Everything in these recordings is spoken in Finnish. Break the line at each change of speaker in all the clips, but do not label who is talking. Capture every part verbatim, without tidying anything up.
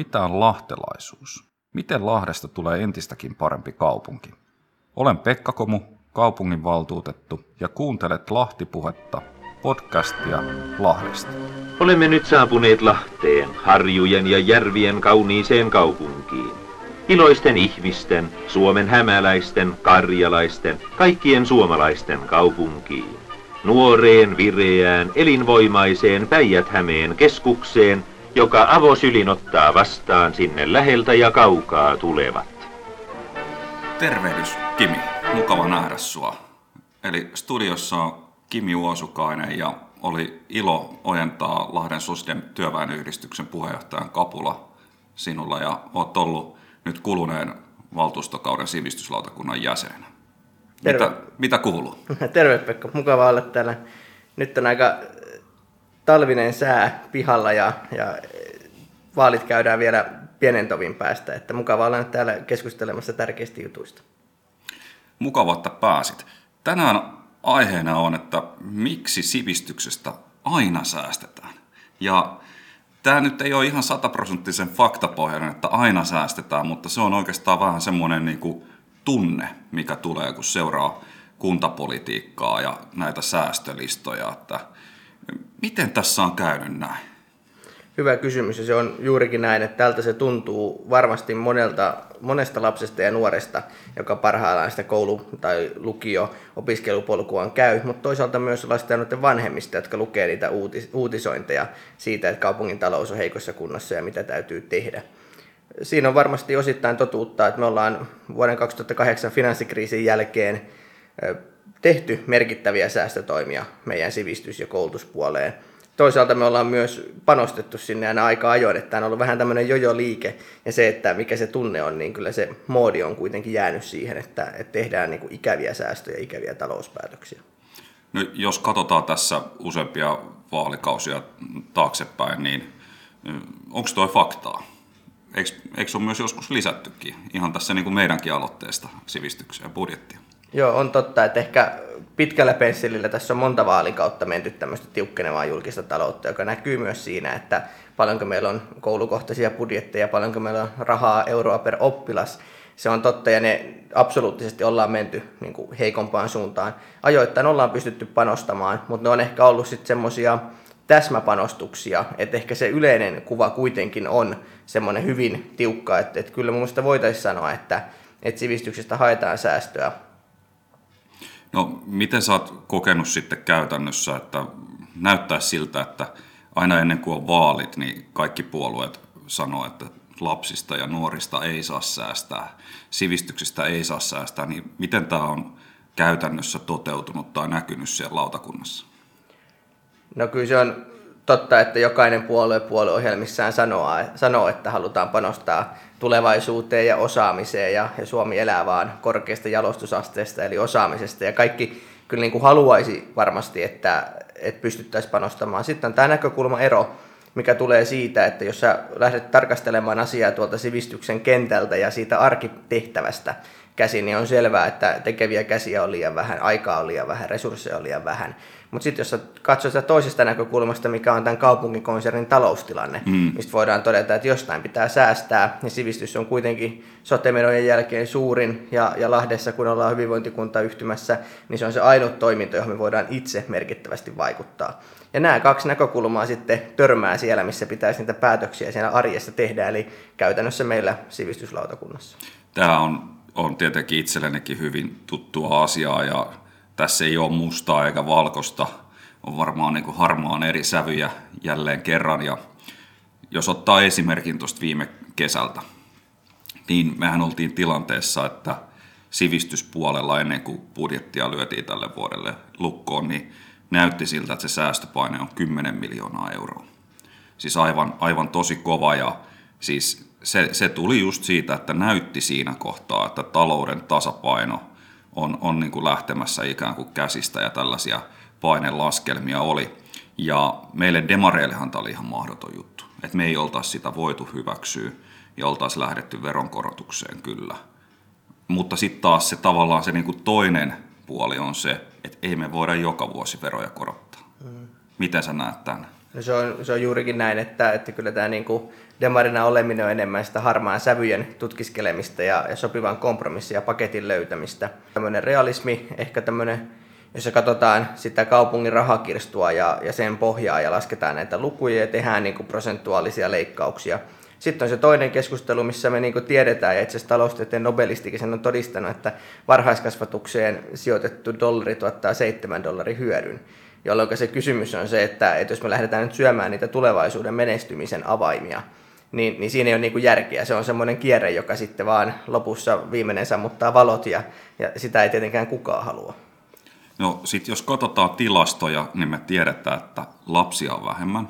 mitä on lahtelaisuus? Miten Lahdesta tulee entistäkin parempi kaupunki? Olen Pekka Komu, kaupunginvaltuutettu, ja kuuntelet Lahti-puhetta, podcastia Lahdesta.
Olemme nyt saapuneet Lahteen, harjujen ja järvien kauniiseen kaupunkiin. Iloisten ihmisten, Suomen hämäläisten, karjalaisten, kaikkien suomalaisten kaupunkiin. Nuoreen, vireään, elinvoimaiseen Päijät-Hämeen keskukseen, joka avosylin ottaa vastaan sinne läheltä ja kaukaa tulevat.
Tervehdys, Kimi. Mukava nähdä sua. Eli studiossa on Kimi Uosukainen ja oli ilo ojentaa Lahden Sosdem työväenyhdistyksen puheenjohtajan kapula sinulla ja olet ollut nyt kuluneen valtuustokauden sivistyslautakunnan jäsenenä. Mitä, mitä kuuluu?
Terve Pekka, mukava olla täällä. Nyt on aika talvinen sää pihalla ja, ja vaalit käydään vielä pienen tovin päästä, että mukava olla nyt täällä keskustelemassa tärkeistä jutuista.
Mukava, että pääsit. Tänään aiheena on, että miksi sivistyksestä aina säästetään. Ja tämä nyt ei ole ihan sataprosenttisen faktapohjainen, että aina säästetään, mutta se on oikeastaan vähän semmoinen niin kuin tunne, mikä tulee, kun seuraa kuntapolitiikkaa ja näitä säästölistoja. Että miten tässä on käynyt näin?
Hyvä kysymys, ja se on juurikin näin, että tältä se tuntuu varmasti monelta, monesta lapsesta ja nuoresta, joka parhaillaan sitä koulu- tai lukio-opiskelupolkuaan käy, mutta toisaalta myös lasten ja nuorten vanhemmista, jotka lukee niitä uutis- uutisointeja siitä, että kaupungin talous on heikossa kunnossa ja mitä täytyy tehdä. Siinä on varmasti osittain totuutta, että me ollaan vuoden kaksituhattakahdeksan finanssikriisin jälkeen tehty merkittäviä säästötoimia meidän sivistys- ja koulutuspuoleen. Toisaalta me ollaan myös panostettu sinne aina aika ajoin, että tämä on ollut vähän tämmöinen jojo-liike, ja se, että mikä se tunne on, niin kyllä se moodi on kuitenkin jäänyt siihen, että, että tehdään niin kuin ikäviä säästöjä, ikäviä talouspäätöksiä.
No, jos katsotaan tässä useampia vaalikausia taaksepäin, niin onko toi faktaa? Eikö, eikö ole myös joskus lisättykin ihan tässä niin kuin meidänkin aloitteesta sivistykseen ja budjettia?
Joo, on totta, että ehkä pitkällä pensselillä tässä on monta vaalikautta menty tämmöistä tiukkenevaa julkista taloutta, joka näkyy myös siinä, että paljonko meillä on koulukohtaisia budjetteja, paljonko meillä on rahaa euroa per oppilas. Se on totta, ja ne absoluuttisesti ollaan menty niin kuin heikompaan suuntaan. Ajoittain ollaan pystytty panostamaan, mutta ne on ehkä ollut sitten semmoisia täsmäpanostuksia, että ehkä se yleinen kuva kuitenkin on semmoinen hyvin tiukka, että, että kyllä mun mielestä voitaisiin sanoa, että, että sivistyksestä haetaan säästöä.
No, miten sä oot kokenut sitten käytännössä, että näyttää siltä, että aina ennen kuin on vaalit, niin kaikki puolueet sanoo, että lapsista ja nuorista ei saa säästää, sivistyksestä ei saa säästää, niin miten tämä on käytännössä toteutunut tai näkynyt siellä lautakunnassa?
No kyllä se on totta, että jokainen puolue puolueohjelmissaan sanoo, sanoo, että halutaan panostaa tulevaisuuteen ja osaamiseen, ja, ja Suomi elää vaan korkeasta jalostusasteesta eli osaamisesta, ja kaikki kyllä niin kuin haluaisi varmasti, että, että pystyttäisiin panostamaan. Sitten on tämä näkökulmaero, mikä tulee siitä, että jos sä lähdet tarkastelemaan asiaa tuolta sivistyksen kentältä ja siitä arkitehtävästä käsin, niin on selvää, että tekeviä käsiä on liian vähän, aikaa on liian vähän, resursseja on liian vähän. Mutta sitten jos sä katsot sitä toisesta näkökulmasta, mikä on tämän kaupunkikonsernin taloustilanne, mm. mistä voidaan todeta, että jostain pitää säästää, niin sivistys on kuitenkin sote-menojen jälkeen suurin, ja, ja Lahdessa, kun ollaan hyvinvointikuntayhtymässä, niin se on se ainut toiminto, johon me voidaan itse merkittävästi vaikuttaa. Ja nämä kaksi näkökulmaa sitten törmää siellä, missä pitäisi niitä päätöksiä siellä arjessa tehdä, eli käytännössä meillä sivistyslautakunnassa.
Tämä on, on tietenkin itsellenikin hyvin tuttua asiaa, ja tässä ei ole mustaa eikä valkoista, on varmaan niin kuin harmaan eri sävyjä jälleen kerran. Ja jos ottaa esimerkin tuosta viime kesältä, niin mehän oltiin tilanteessa, että sivistyspuolella ennen kuin budjettia lyötiin tälle vuodelle lukkoon, niin näytti siltä, että se säästöpaine on kymmenen miljoonaa euroa. Siis aivan, aivan tosi kova, ja siis se, se tuli just siitä, että näytti siinä kohtaa, että talouden tasapaino on, on niin kuin lähtemässä ikään kuin käsistä, ja tällaisia painelaskelmia oli. Ja meille demareillehan tämä oli ihan mahdoton juttu, että me ei oltaisi sitä voitu hyväksyä ja oltaisiin lähdetty veronkorotukseen kyllä. Mutta sitten taas se tavallaan se niin kuin toinen puoli on se, että ei me voida joka vuosi veroja korottaa. Mm. Miten sä näet tämän?
No se, on, se on juurikin näin, että, että kyllä tämä niin kuin demarina oleminen on enemmän sitä harmaan sävyjen tutkiskelemista ja, ja sopivan kompromissin ja paketin löytämistä. Tämmöinen realismi, ehkä tämmöinen, jossa katsotaan sitä kaupungin rahakirstua ja, ja sen pohjaa ja lasketaan näitä lukuja ja tehdään niin kuin prosentuaalisia leikkauksia. Sitten on se toinen keskustelu, missä me niin kuin tiedetään, ja itse asiassa taloustieteen nobelistikin sen on todistanut, että varhaiskasvatukseen sijoitettu dollari tuottaa seitsemän dollarin hyödyn. Jolloin se kysymys on se, että, että jos me lähdetään nyt syömään niitä tulevaisuuden menestymisen avaimia, niin, niin siinä ei ole niin kuin järkeä. Se on semmoinen kierre, joka sitten vaan lopussa viimeinen sammuttaa valot, ja, ja sitä ei tietenkään kukaan halua.
No sitten jos katsotaan tilastoja, niin me tiedetään, että lapsia on vähemmän,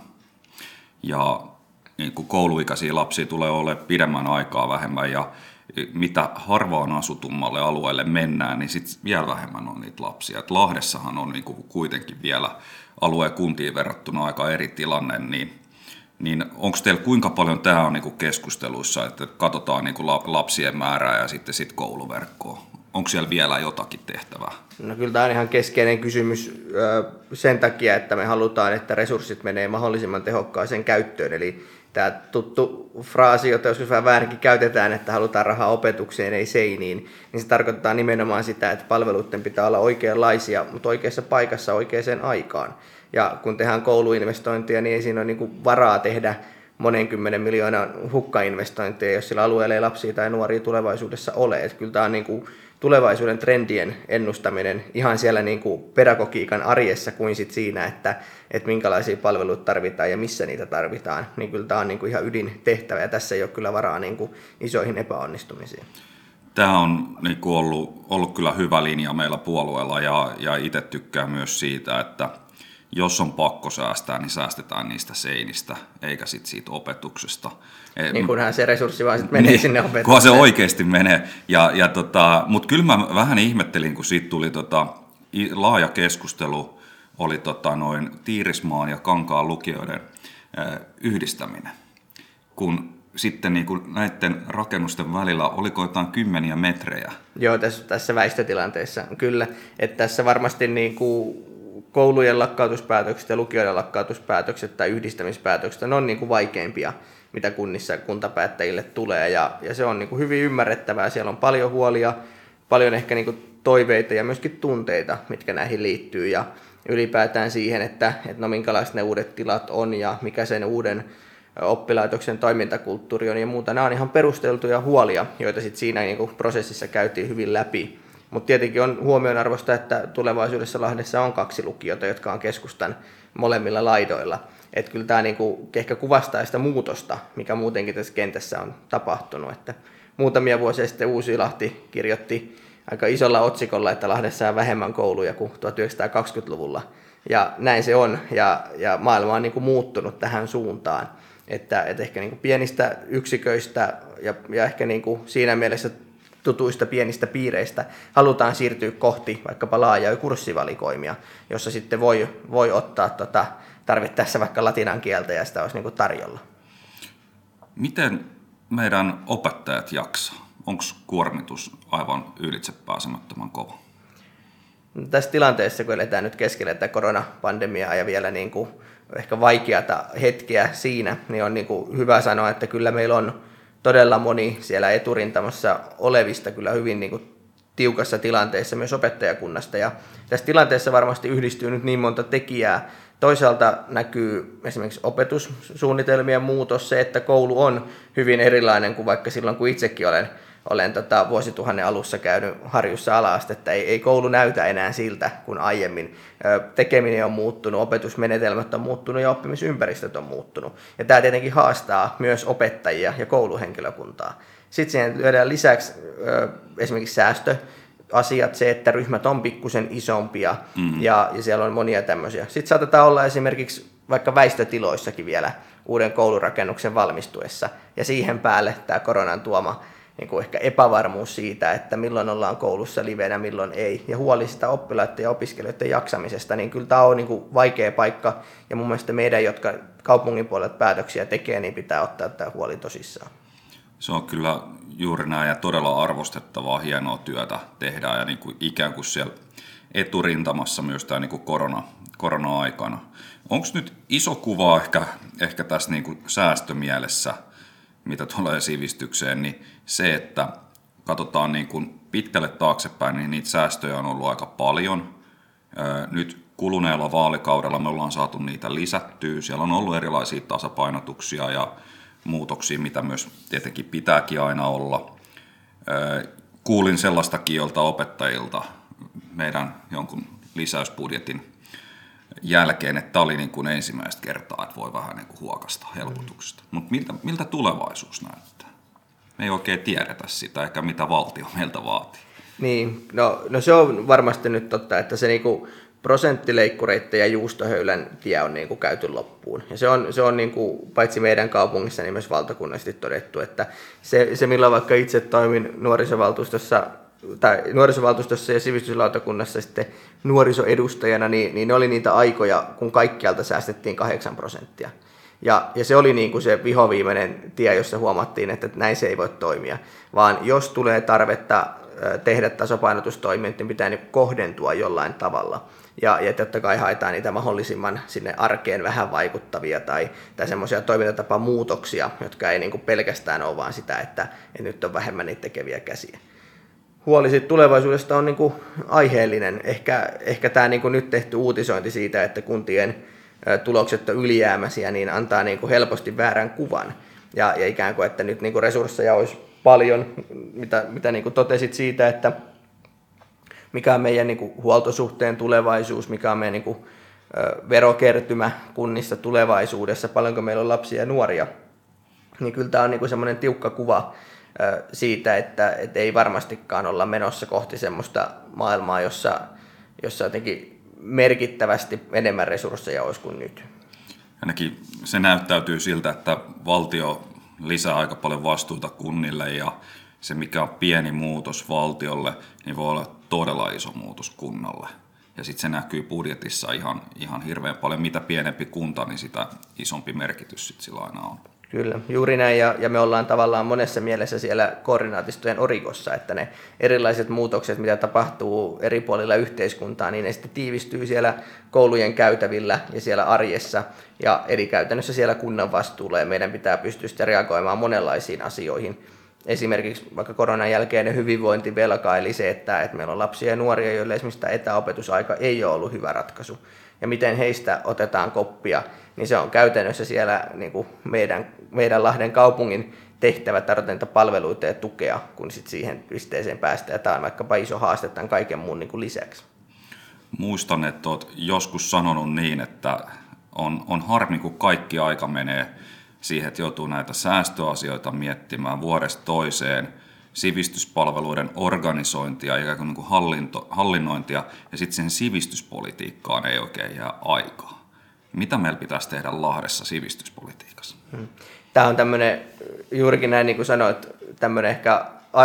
ja niin kuin kouluikäisiä lapsia tulee olemaan pidemmän aikaa vähemmän, ja mitä harvaan asutummalle alueelle mennään, niin sitten vielä vähemmän on niitä lapsia. Et Lahdessahan on niin kuin kuitenkin vielä alueen kuntiin verrattuna aika eri tilanne, niin, niin onko teillä kuinka paljon tämä on niin kuin keskusteluissa, että katsotaan niin kuin lapsien määrää ja sitten sit kouluverkkoa? Onko siellä vielä jotakin tehtävää?
No kyllä tämä on ihan keskeinen kysymys sen takia, että me halutaan, että resurssit menee mahdollisimman tehokkaaseen käyttöön. Eli tämä tuttu fraasi, jota joskus vähän väärinkin käytetään, että halutaan rahaa opetukseen, ei seiniin, niin se tarkoittaa nimenomaan sitä, että palveluiden pitää olla oikeanlaisia, mutta oikeassa paikassa oikeaan aikaan. Ja kun tehdään kouluinvestointia, niin ei siinä ole niin kuin varaa tehdä monen kymmenen miljoonan hukkainvestointeja, jos sillä alueella ei lapsia tai nuoria tulevaisuudessa ole. Että kyllä tämä on niin kuin tulevaisuuden trendien ennustaminen ihan siellä niin kuin pedagogiikan arjessa kuin sit siinä, että, että minkälaisia palveluita tarvitaan ja missä niitä tarvitaan. Niin kyllä tämä on niin kuin ihan ydintehtävä ja tässä ei ole kyllä varaa niin kuin isoihin epäonnistumisiin.
Tämä on niin kuin ollut, ollut kyllä hyvä linja meillä puolueella ja, ja itse tykkään myös siitä, että jos on pakko säästää, niin säästetään niistä seinistä, eikä sit siitä opetuksesta.
Niin kunhan se resurssi vaan sit menee niin, sinne opetukseen.
Kunhan se oikeasti menee. Ja, ja tota, mutta kyllä mä vähän ihmettelin, kun siitä tuli tota, laaja keskustelu, oli tota, noin Tiirismaan ja Kankaan lukioiden äh, yhdistäminen. Kun sitten niin kuin näiden rakennusten välillä oliko jotain kymmeniä metrejä?
Joo, tässä, tässä väistötilanteessa kyllä. Että tässä varmasti niin kuin koulujen lakkautuspäätökset ja lukioiden lakkautuspäätökset tai yhdistämispäätökset ne on niin kuin vaikeimpia, mitä kunnissa kuntapäättäjille tulee. Ja, ja se on niin kuin hyvin ymmärrettävää. Siellä on paljon huolia, paljon ehkä niin kuin toiveita ja myöskin tunteita, mitkä näihin liittyy. Ja ylipäätään siihen, että, että no minkälaiset ne uudet tilat on ja mikä sen uuden oppilaitoksen toimintakulttuuri on ja muuta. Nämä on ihan perusteltuja huolia, joita sitten siinä niin kuin prosessissa käytiin hyvin läpi. Mutta tietenkin on huomionarvoista, että tulevaisuudessa Lahdessa on kaksi lukiota, jotka on keskustan molemmilla laidoilla. Että kyllä tämä niinku ehkä kuvastaa sitä muutosta, mikä muutenkin tässä kentässä on tapahtunut. Että muutamia vuosia sitten Uusilahti kirjoitti aika isolla otsikolla, että Lahdessa on vähemmän kouluja kuin tuhatyhdeksänsataakaksikymmentäluvulla. Ja näin se on, ja, ja maailma on niinku muuttunut tähän suuntaan. Että, että ehkä niinku pienistä yksiköistä ja, ja ehkä niinku siinä mielessä tutuista pienistä piireistä halutaan siirtyä kohti vaikkapa laajaa kurssivalikoimia, jossa sitten voi, voi ottaa tota, tarvittaessa vaikka latinan kieltä ja sitä olisi niin kuin tarjolla.
Miten meidän opettajat jaksaa? Onko kuormitus aivan ylitsepääsemättömän kova?
No, tässä tilanteessa, kun eletään nyt keskellä tätä koronapandemiaa ja vielä niin kuin ehkä vaikeata hetkeä siinä, niin on niin kuin hyvä sanoa, että kyllä meillä on todella moni siellä eturintamassa olevista kyllä hyvin niin kuin tiukassa tilanteessa myös opettajakunnasta. Ja tässä tilanteessa varmasti yhdistyy nyt niin monta tekijää. Toisaalta näkyy esimerkiksi opetussuunnitelmien muutos, se, että koulu on hyvin erilainen kuin vaikka silloin, kun itsekin olen, olen tota vuosituhannen alussa käynyt Harjussa ala-astetta. Ei, ei koulu näytä enää siltä kuin aiemmin. Tekeminen on muuttunut, opetusmenetelmät on muuttunut ja oppimisympäristöt on muuttunut. Ja tämä tietenkin haastaa myös opettajia ja kouluhenkilökuntaa. Sitten siihen lyödään lisäksi esimerkiksi säästöasiat, se, että ryhmät on pikkusen isompia mm. ja, ja siellä on monia tämmöisiä. Sitten saatetaan olla esimerkiksi vaikka väistötiloissakin vielä uuden koulurakennuksen valmistuessa ja siihen päälle tämä koronan tuoma niin kuin ehkä epävarmuus siitä, että milloin ollaan koulussa livenä, milloin ei, ja huoli sitä oppilaiden ja opiskelijoiden jaksamisesta, niin kyllä tämä on niin kuin vaikea paikka, ja mun mielestä meidän, jotka kaupungin puolelta päätöksiä tekee, niin pitää ottaa tämä huoli tosissaan.
Se on kyllä juuri näin, ja todella arvostettavaa, hienoa työtä tehdään, ja niin kuin ikään kuin siellä eturintamassa myös tämä niin kuin korona, korona-aikana. Onko nyt iso kuva ehkä, ehkä tässä niin kuin säästömielessä mitä tulee sivistykseen, niin se, että katsotaan niin kuin pitkälle taaksepäin, niin niitä säästöjä on ollut aika paljon. Nyt kuluneella vaalikaudella me ollaan saatu niitä lisättyä. Siellä on ollut erilaisia tasapainotuksia ja muutoksia, mitä myös tietenkin pitääkin aina olla. Kuulin sellaistakin jolta opettajilta meidän jonkun lisäysbudjetin jälkeen, että tämä oli niin kuin ensimmäistä kertaa, että voi vähän niin kuin huokasta helpotuksesta. Mutta miltä, miltä tulevaisuus näyttää? Me ei oikein tiedetä sitä, eikä mitä valtio meiltä vaatii.
Niin, no, no se on varmasti nyt totta, että se niinku prosenttileikkureiden ja juustohöylän tie on niinku käyty loppuun. Ja se on, se on niinku, paitsi meidän kaupungissa, niin myös valtakunnallisesti todettu, että se, se millä vaikka itse toimin nuorisovaltuustossa, tai nuorisovaltuustossa ja sivistyslautakunnassa sitten nuorisoedustajana, niin, niin ne oli niitä aikoja, kun kaikkialta säästettiin kahdeksan prosenttia. Ja, ja se oli niin kuin se vihoviimeinen tie, jossa huomattiin, että näin se ei voi toimia, vaan jos tulee tarvetta tehdä tasapainotustoimia, niin pitää niin kohdentua jollain tavalla. Ja, ja totta kai haetaan niitä mahdollisimman sinne arkeen vähän vaikuttavia tai, tai semmoisia toimintatapamuutoksia, jotka ei niin kuin pelkästään ole vaan sitä, että, että nyt on vähemmän niitä tekeviä käsiä. Huoli siitä tulevaisuudesta on niin kuin aiheellinen. Ehkä, ehkä tämä niin kuin nyt tehty uutisointi siitä, että kuntien tulokset on ylijäämäisiä, niin antaa niin kuin helposti väärän kuvan. Ja, ja ikään kuin, että nyt niin kuin resursseja olisi paljon, mitä, mitä niin kuin totesit siitä, että mikä on meidän niin kuin huoltosuhteen tulevaisuus, mikä on meidän niin kuin verokertymä kunnissa tulevaisuudessa, paljonko meillä on lapsia ja nuoria, niin kyllä tämä on niin kuin semmoinen tiukka kuva siitä, että, että ei varmastikaan olla menossa kohti semmoista maailmaa, jossa, jossa jotenkin merkittävästi enemmän resursseja olisi kuin nyt.
Ainakin se näyttäytyy siltä, että valtio lisää aika paljon vastuuta kunnille ja se mikä on pieni muutos valtiolle, niin voi olla todella iso muutos kunnalle. Ja sitten se näkyy budjetissa ihan, ihan hirveän paljon. Mitä pienempi kunta, niin sitä isompi merkitys sit sillä aina on.
Kyllä, juuri näin, ja, ja me ollaan tavallaan monessa mielessä siellä koordinaatistojen orikossa, että ne erilaiset muutokset, mitä tapahtuu eri puolilla yhteiskuntaa, niin ne sitten tiivistyy siellä koulujen käytävillä ja siellä arjessa, ja eli käytännössä siellä kunnan vastuulla, ja meidän pitää pystyä sitten reagoimaan monenlaisiin asioihin. Esimerkiksi vaikka koronan jälkeinen hyvinvointivelka, eli se, että, että meillä on lapsia ja nuoria, joille esimerkiksi tämä etäopetusaika ei ole ollut hyvä ratkaisu. Ja miten heistä otetaan koppia, niin se on käytännössä siellä niin kuin meidän, meidän Lahden kaupungin tehtävä tarjota niitä palveluita ja tukea, kun sit siihen pisteeseen päästään. Ja tämä on vaikkapa iso haaste tämän kaiken muun niin kuin lisäksi.
Muistan, että olet joskus sanonut niin, että on, on harmi, kun kaikki aika menee siihen, että joutuu näitä säästöasioita miettimään vuodesta toiseen, sivistyspalveluiden organisointia ja niin kuin hallinto, hallinnointia, ja sitten sen sivistyspolitiikkaan ei oikein jää aikaa. Mitä meillä pitäisi tehdä Lahdessa sivistyspolitiikassa?
Tämä on tämmöinen, juurikin näin niin kuin sanoit, tämmöinen ehkä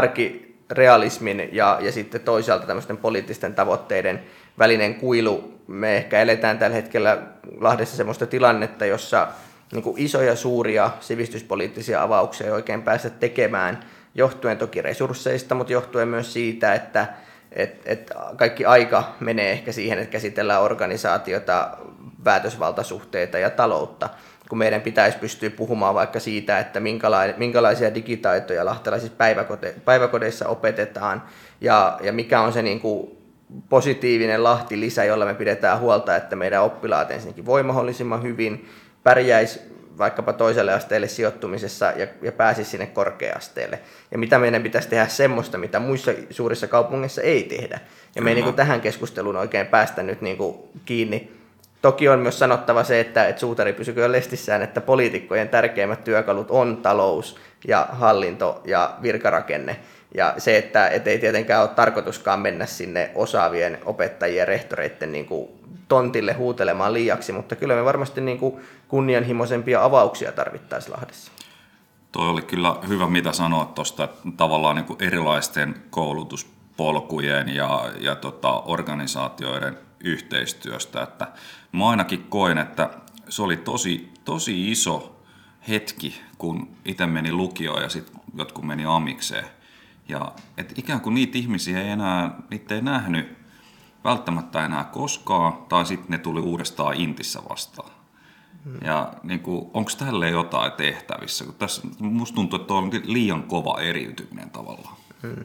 arkirealismin ja, ja sitten toisaalta tämmöisten poliittisten tavoitteiden välinen kuilu. Me ehkä eletään tällä hetkellä Lahdessa semmoista tilannetta, jossa niin kuin isoja suuria sivistyspoliittisia avauksia ei oikein päästä tekemään, johtuen toki resursseista, mutta johtuen myös siitä, että et, et kaikki aika menee ehkä siihen, että käsitellään organisaatiota, päätösvaltasuhteita ja taloutta, kun meidän pitäisi pystyä puhumaan vaikka siitä, että minkälaisia digitaitoja lahtelaisissa päiväkode- päiväkodeissa opetetaan ja, ja mikä on se niin kuin positiivinen Lahti-lisä, jolla me pidetään huolta, että meidän oppilaat ensinnäkin voi mahdollisimman hyvin, pärjäisi vaikkapa toiselle asteelle sijoittumisessa ja, ja pääsisi sinne korkea-asteelle. Ja mitä meidän pitäisi tehdä semmoista, mitä muissa suurissa kaupungeissa ei tehdä. Ja me ei niin kuin tähän keskusteluun oikein päästä nyt niin kuin kiinni. Toki on myös sanottava se, että, että suutari pysyköön lestissään, että poliitikkojen tärkeimmät työkalut on talous ja hallinto ja virkarakenne. Ja se, että et ei tietenkään ole tarkoituskaan mennä sinne osaavien opettajien ja rehtoreiden niin kuin tontille huutelemaan liiaksi, mutta kyllä me varmasti niin kuin kunnianhimoisempia avauksia tarvittaisiin Lahdessa.
Tuo oli kyllä hyvä, mitä sanoit tuosta tavallaan niin kuin erilaisten koulutuspolkujen ja, ja tota, organisaatioiden yhteistyöstä. Että mä ainakin koen, että se oli tosi, tosi iso hetki, kun itse meni lukioon ja sitten jotkut meni amikseen. Ja et ikään kuin niitä ihmisiä ei enää, niitä ei nähnyt välttämättä enää koskaan, tai sitten ne tuli uudestaan Intissä vastaan. Ja niin onko tälle jotain tehtävissä? Kun tässä musta tuntuu, että on liian kova eriytyminen tavallaan. Hmm.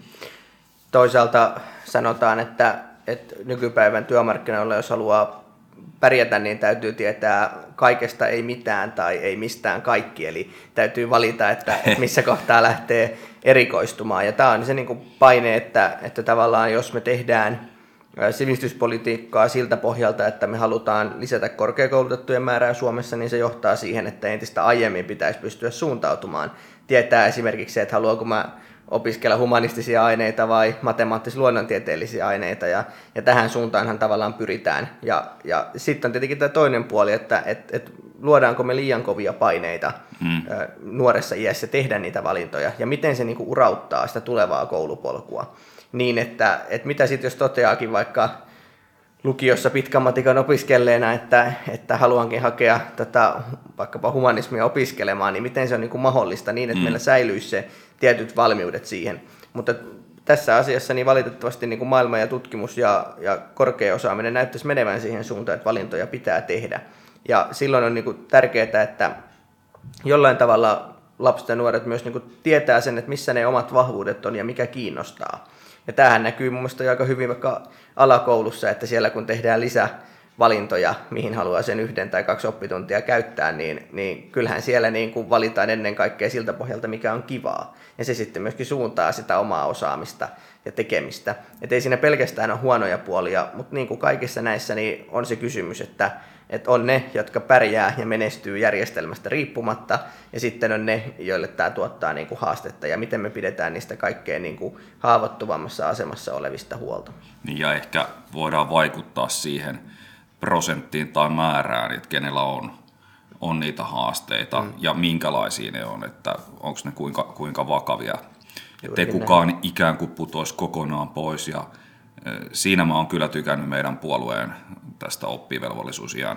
Toisaalta sanotaan, että, että nykypäivän työmarkkinoilla, jos haluaa pärjätä, niin täytyy tietää kaikesta ei mitään tai ei mistään kaikki. Eli täytyy valita, että missä kohtaa lähtee erikoistumaan. Ja tämä on se niin kuin paine, että, että tavallaan jos me tehdään sivistyspolitiikkaa siltä pohjalta, että me halutaan lisätä korkeakoulutettujen määrää Suomessa, niin se johtaa siihen, että entistä aiemmin pitäisi pystyä suuntautumaan. Tietää esimerkiksi se, että haluanko mä opiskella humanistisia aineita vai matemaattis-luonnontieteellisiä aineita, ja, ja tähän suuntaanhan tavallaan pyritään. Ja, ja sitten on tietenkin tämä toinen puoli, että et, et luodaanko me liian kovia paineita mm. nuoressa iässä tehdä niitä valintoja, ja miten se niinku urauttaa sitä tulevaa koulupolkua. Niin, että, että mitä sitten jos toteaakin vaikka lukiossa pitkän matikan opiskelleena, että, että haluankin hakea tätä vaikkapa humanismia opiskelemaan, niin miten se on niin kuin mahdollista niin, että mm. meillä säilyisi se tietyt valmiudet siihen. Mutta tässä asiassa niin valitettavasti niin kuin maailma ja tutkimus ja, ja korkea osaaminen näyttäisi menevän siihen suuntaan, että valintoja pitää tehdä. Ja silloin on niin kuin tärkeää, että jollain tavalla lapset ja nuoret myös niin kuin tietää sen, että missä ne omat vahvuudet on ja mikä kiinnostaa. Ja tämähän näkyy mun mielestä aika hyvin vaikka alakoulussa, että siellä kun tehdään lisävalintoja, mihin haluaa sen yhden tai kaksi oppituntia käyttää, niin, niin kyllähän siellä niin kuin valitaan ennen kaikkea siltä pohjalta, mikä on kivaa. Ja se sitten myöskin suuntaa sitä omaa osaamista ja tekemistä. Että ei siinä pelkästään ole huonoja puolia, mutta niin kuin kaikissa näissä niin on se kysymys, että Että on ne, jotka pärjää ja menestyy järjestelmästä riippumatta, ja sitten on ne, joille tämä tuottaa niin kuin haastetta, ja miten me pidetään niistä kaikkein niin kuin haavoittuvammassa asemassa olevista huolta.
Niin, ja ehkä voidaan vaikuttaa siihen prosenttiin tai määrään, että kenellä on, on niitä haasteita, mm. ja minkälaisia ne on, että onko ne kuinka, kuinka vakavia. Että ei kukaan näin ikään kuin putoisi kokonaan pois, ja siinä mä oon kyllä tykännyt meidän puolueen tästä oppivelvollisuusiän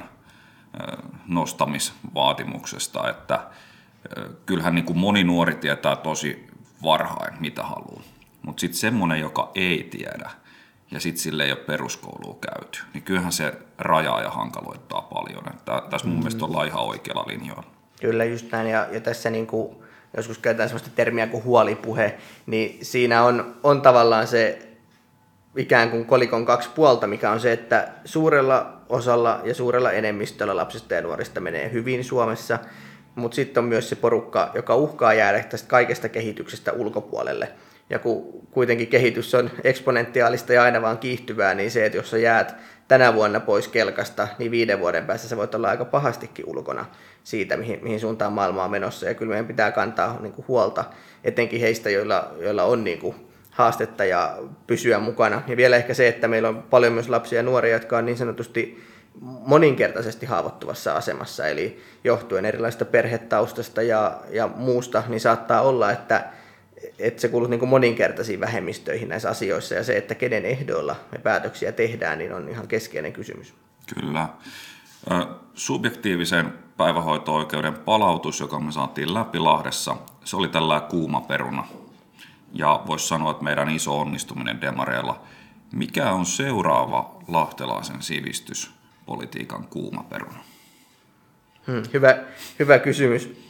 nostamisvaatimuksesta, että kyllähän niin kuin moni nuori tietää tosi varhain, mitä haluaa. Mutta sitten semmoinen, joka ei tiedä, ja sitten sille ei ole peruskoulua käyty, niin kyllähän se rajaa ja hankaloittaa paljon. Että tässä mun mm. mielestä ollaan ihan oikealla linjoilla.
Kyllä, just näin. Ja, ja tässä niin kuin, joskus käytetään sellaista termiä kuin huolipuhe, niin siinä on, on tavallaan se ikään kuin kolikon kaksi puolta, mikä on se, että suurella osalla ja suurella enemmistöllä lapsista ja nuorista menee hyvin Suomessa, mutta sitten on myös se porukka, joka uhkaa jäädä tästä kaikesta kehityksestä ulkopuolelle. Ja kun kuitenkin kehitys on eksponentiaalista ja aina vaan kiihtyvää, niin se, että jos sä jäät tänä vuonna pois kelkasta, niin viiden vuoden päästä sä voit olla aika pahastikin ulkona siitä, mihin, mihin suuntaan maailma on menossa. Ja kyllä meidän pitää kantaa niin kuin huolta etenkin heistä, joilla, joilla on niin kuin haastetta ja pysyä mukana. Ja vielä ehkä se, että meillä on paljon myös lapsia ja nuoria, jotka on niin sanotusti moninkertaisesti haavoittuvassa asemassa, eli johtuen erilaisista perhetaustasta ja, ja muusta, niin saattaa olla, että, että se kuuluu niin kuin moninkertaisiin vähemmistöihin näissä asioissa, ja se, että kenen ehdoilla me päätöksiä tehdään, niin on ihan keskeinen kysymys.
Kyllä. Subjektiivisen päivähoito-oikeuden palautus, joka me saatiin läpi Lahdessa, se oli tällainen kuuma peruna. Ja voisi sanoa, että meidän iso onnistuminen demareilla. Mikä on seuraava lahtelaisen sivistyspolitiikan kuuma peruna?
Hmm, hyvä, hyvä kysymys.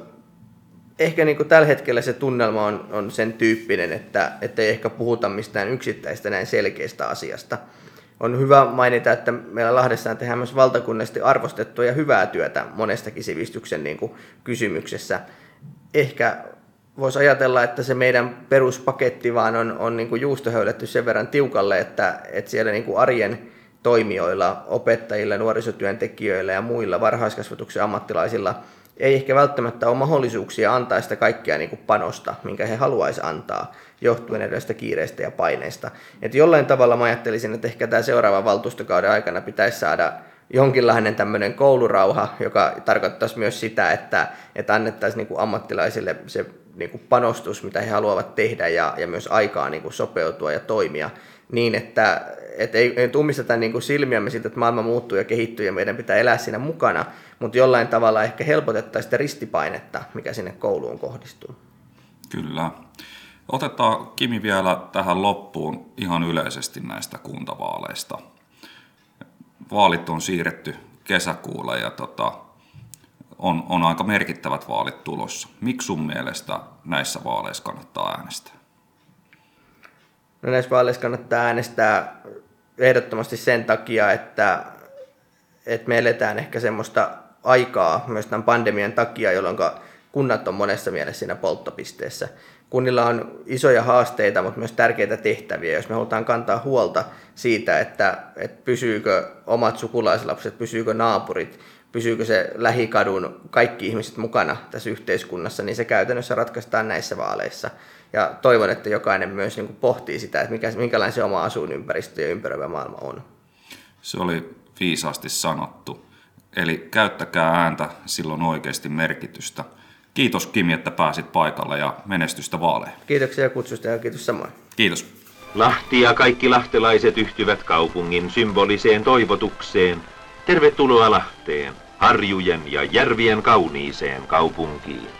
Ehkä niin kuin tällä hetkellä se tunnelma on, on sen tyyppinen, että, että ei ehkä puhuta mistään yksittäistä näin selkeästä asiasta. On hyvä mainita, että meillä Lahdessa tehdään myös valtakunnallisesti arvostettua ja hyvää työtä monestakin sivistyksen niin kuin kysymyksessä. Ehkä voisi ajatella, että se meidän peruspaketti vaan on, on niin kuin juustohöylätty sen verran tiukalle, että, että siellä niin kuin arjen toimijoilla, opettajilla, nuorisotyöntekijöillä ja muilla varhaiskasvatuksen ammattilaisilla ei ehkä välttämättä ole mahdollisuuksia antaa sitä kaikkea niin kuin panosta, minkä he haluaisivat antaa, johtuen erilaisista kiireistä ja paineista. Et jollain tavalla mä ajattelisin, että ehkä tämä seuraavan valtuustokauden aikana pitäisi saada jonkinlainen tämmöinen koulurauha, joka tarkoittaisi myös sitä, että, että annettaisiin niin kuin ammattilaisille se niin kuin panostus, mitä he haluavat tehdä, ja, ja myös aikaa niin kuin sopeutua ja toimia niin, että et ei, ei tummisteta niin kuin silmiämme siitä, että maailma muuttuu ja kehittyy ja meidän pitää elää siinä mukana, mutta jollain tavalla ehkä helpotettaisiin sitä ristipainetta, mikä sinne kouluun kohdistuu.
Kyllä. Otetaan Kimi vielä tähän loppuun ihan yleisesti näistä kuntavaaleista. Vaalit on siirretty kesäkuulle ja tota, on, on aika merkittävät vaalit tulossa. Miksi sun mielestä näissä vaaleissa kannattaa äänestää?
No näissä vaaleissa kannattaa äänestää ehdottomasti sen takia, että, että me eletään ehkä semmoista aikaa myös tämän pandemian takia, jolloin kunnat on monessa mielessä siinä polttopisteessä. Kunnilla on isoja haasteita, mutta myös tärkeitä tehtäviä. Jos me halutaan kantaa huolta siitä, että, että pysyykö omat sukulaislapset, pysyykö naapurit, pysyykö se lähikadun kaikki ihmiset mukana tässä yhteiskunnassa, niin se käytännössä ratkaistaan näissä vaaleissa. Ja toivon, että jokainen myös niin kuin pohtii sitä, että mikä, minkälainen se oma asuinympäristö ja ympäröivä maailma on.
Se oli viisaasti sanottu. Eli käyttäkää ääntä, silloin oikeasti merkitystä. Kiitos Kimi, että pääsit paikalle ja menestystä vaaleihin.
Kiitoksia kutsusta ja kiitos samoin.
Kiitos.
Lahti ja kaikki lahtelaiset yhtyvät kaupungin symboliseen toivotukseen. Tervetuloa Lahteen, harjujen ja järvien kauniiseen kaupunkiin.